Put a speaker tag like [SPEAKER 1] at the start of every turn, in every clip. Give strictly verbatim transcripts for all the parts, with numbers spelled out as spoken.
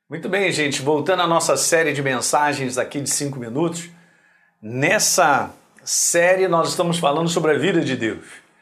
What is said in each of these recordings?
[SPEAKER 1] Muito bem, gente. Voltando à nossa série de mensagens aqui de cinco minutos. Nessa série nós estamos falando sobre a vida de Deus,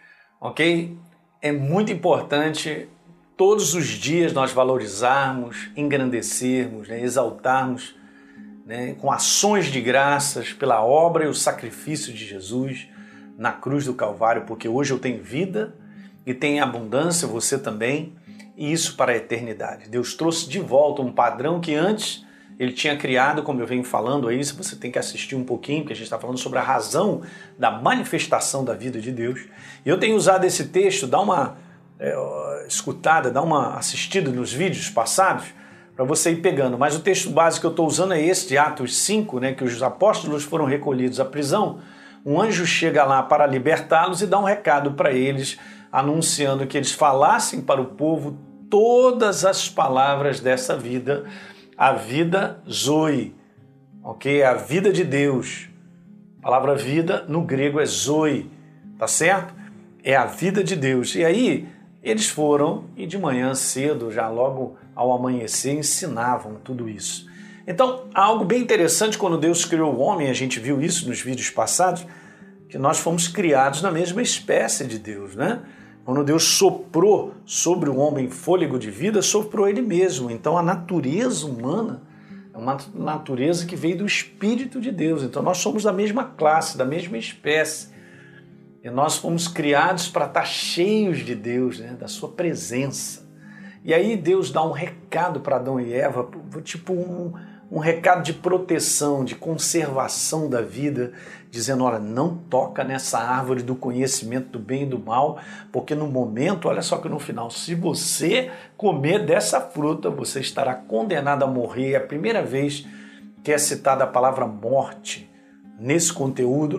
[SPEAKER 1] ok? É muito importante todos os dias nós valorizarmos, engrandecermos, né, exaltarmos, né, com ações de graças pela obra e o sacrifício de Jesus na cruz do Calvário, porque hoje eu tenho vida e tenho abundância, você também, e isso para a eternidade. Deus trouxe de volta um padrão que antes ele tinha criado, como eu venho falando aí, se você tem que assistir um pouquinho, porque a gente está falando sobre a razão da manifestação da vida de Deus. E eu tenho usado esse texto, dá uma é, escutada, dá uma assistida nos vídeos passados, para você ir pegando. Mas o texto básico que eu estou usando é esse, de Atos cinco, né, que os apóstolos foram recolhidos à prisão. Um anjo chega lá para libertá-los e dá um recado para eles, anunciando que eles falassem para o povo todas as palavras dessa vida, a vida Zoe, ok? A vida de Deus. A palavra vida no grego é Zoe, tá certo? É a vida de Deus. E aí eles foram e de manhã cedo, já logo ao amanhecer, ensinavam tudo isso. Então, algo bem interessante quando Deus criou o homem, a gente viu isso nos vídeos passados, que nós fomos criados na mesma espécie de Deus, né? Quando Deus soprou sobre o homem fôlego de vida, soprou ele mesmo. Então a natureza humana é uma natureza que veio do Espírito de Deus. Então nós somos da mesma classe, da mesma espécie. E nós fomos criados para estar cheios de Deus, né? Da sua presença. E aí Deus dá um recado para Adão e Eva, tipo um, um recado de proteção, de conservação da vida, dizendo, olha, não toca nessa árvore do conhecimento do bem e do mal, porque no momento, olha só que no final, se você comer dessa fruta, você estará condenado a morrer. É a primeira vez que é citada a palavra morte nesse conteúdo,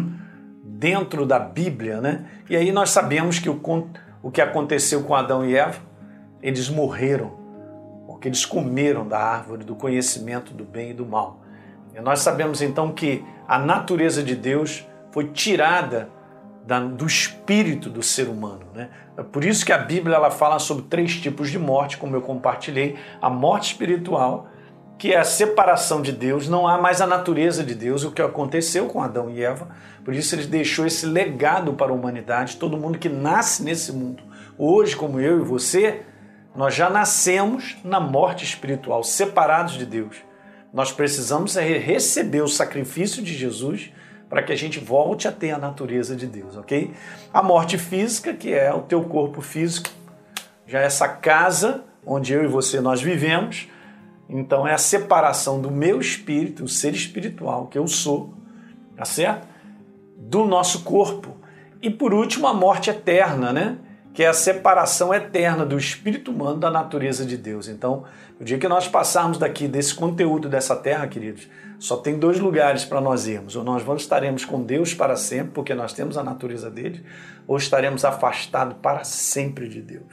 [SPEAKER 1] dentro da Bíblia, né? E aí nós sabemos que o, o que aconteceu com Adão e Eva, eles morreram, porque eles comeram da árvore do conhecimento do bem e do mal. E nós sabemos então que a natureza de Deus foi tirada da, do espírito do ser humano, né? É por isso que a Bíblia ela fala sobre três tipos de morte, como eu compartilhei. A morte espiritual, que é a separação de Deus, não há mais a natureza de Deus, o que aconteceu com Adão e Eva. Por isso ele deixou esse legado para a humanidade. Todo mundo que nasce nesse mundo, hoje como eu e você, nós já nascemos na morte espiritual, separados de Deus. Nós precisamos receber o sacrifício de Jesus para que a gente volte a ter a natureza de Deus, ok? A morte física, que é o teu corpo físico, já é essa casa onde eu e você nós vivemos. Então é a separação do meu espírito, o ser espiritual que eu sou, tá certo? Do nosso corpo. E por último, a morte eterna, né? Que é a separação eterna do espírito humano da natureza de Deus. Então, o dia que nós passarmos daqui desse conteúdo dessa terra, queridos, só tem dois lugares para nós irmos. Ou nós vamos, estaremos com Deus para sempre, porque nós temos a natureza dele, ou estaremos afastados para sempre de Deus,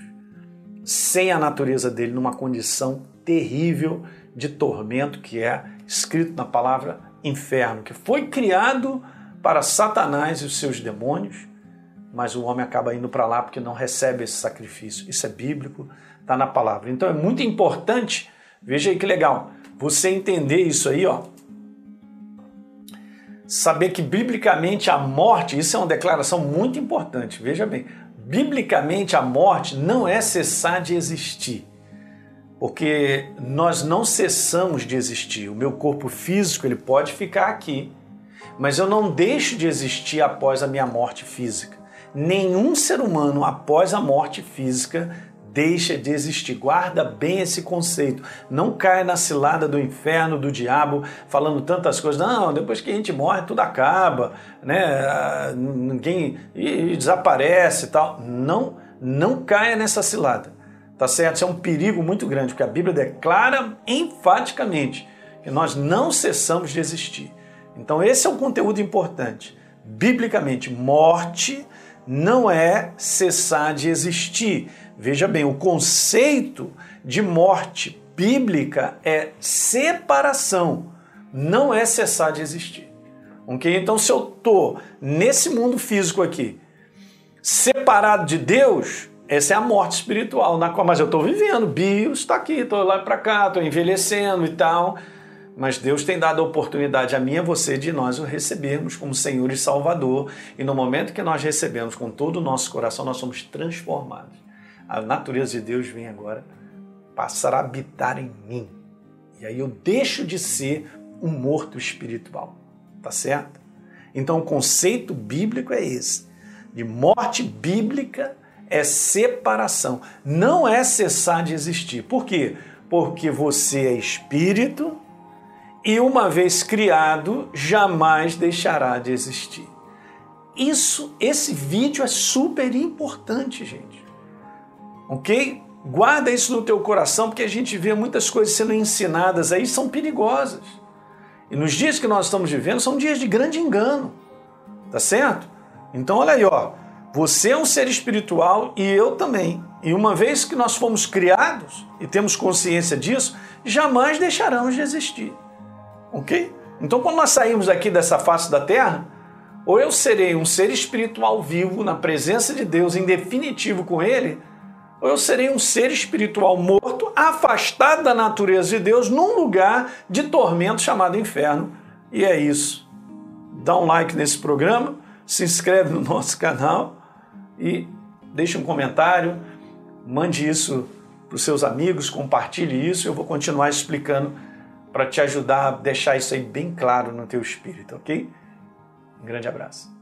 [SPEAKER 1] sem a natureza dele, numa condição terrível de tormento, que é escrito na palavra inferno, que foi criado para Satanás e os seus demônios, mas o homem acaba indo para lá porque não recebe esse sacrifício. Isso é bíblico, está na palavra. Então é muito importante, veja aí que legal, você entender isso aí, ó. Saber que biblicamente a morte, isso é uma declaração muito importante, veja bem, biblicamente a morte não é cessar de existir, porque nós não cessamos de existir. O meu corpo físico ele pode ficar aqui, mas eu não deixo de existir após a minha morte física. Nenhum ser humano, após a morte física, deixa de existir. Guarda bem esse conceito. Não caia na cilada do inferno, do diabo, falando tantas coisas. Não, depois que a gente morre, tudo acaba, né? Ninguém e desaparece e tal. Não, não caia nessa cilada, tá certo? Isso é um perigo muito grande, porque a Bíblia declara enfaticamente que nós não cessamos de existir. Então esse é um conteúdo importante. Biblicamente, morte não é cessar de existir. Veja bem, o conceito de morte bíblica é separação, não é cessar de existir. Ok? Então, se eu estou nesse mundo físico aqui, separado de Deus, essa é a morte espiritual, na qual, mas eu estou vivendo, bios está aqui, estou lá para cá, estou envelhecendo e tal, mas Deus tem dado a oportunidade a mim e a você de nós o recebermos como Senhor e Salvador, e no momento que nós recebemos com todo o nosso coração, nós somos transformados. A natureza de Deus vem agora passar a habitar em mim, e aí eu deixo de ser um morto espiritual, tá certo? Então o conceito bíblico é esse, de morte bíblica é separação, não é cessar de existir. Por quê? Porque você é espírito e uma vez criado, jamais deixará de existir. Isso, esse vídeo é super importante, gente. Ok? Guarda isso no teu coração, porque a gente vê muitas coisas sendo ensinadas aí, são perigosas. E nos dias que nós estamos vivendo, são dias de grande engano. Tá certo? Então olha aí, ó. Você é um ser espiritual e eu também. E uma vez que nós fomos criados e temos consciência disso, jamais deixaremos de existir. Ok? Então quando nós sairmos aqui dessa face da terra, ou eu serei um ser espiritual vivo na presença de Deus, em definitivo com Ele, ou eu serei um ser espiritual morto, afastado da natureza de Deus, num lugar de tormento chamado inferno. E é isso. Dá um like nesse programa, se inscreve no nosso canal e deixe um comentário, mande isso para os seus amigos, compartilhe isso, eu vou continuar explicando para te ajudar a deixar isso aí bem claro no teu espírito, ok? Um grande abraço.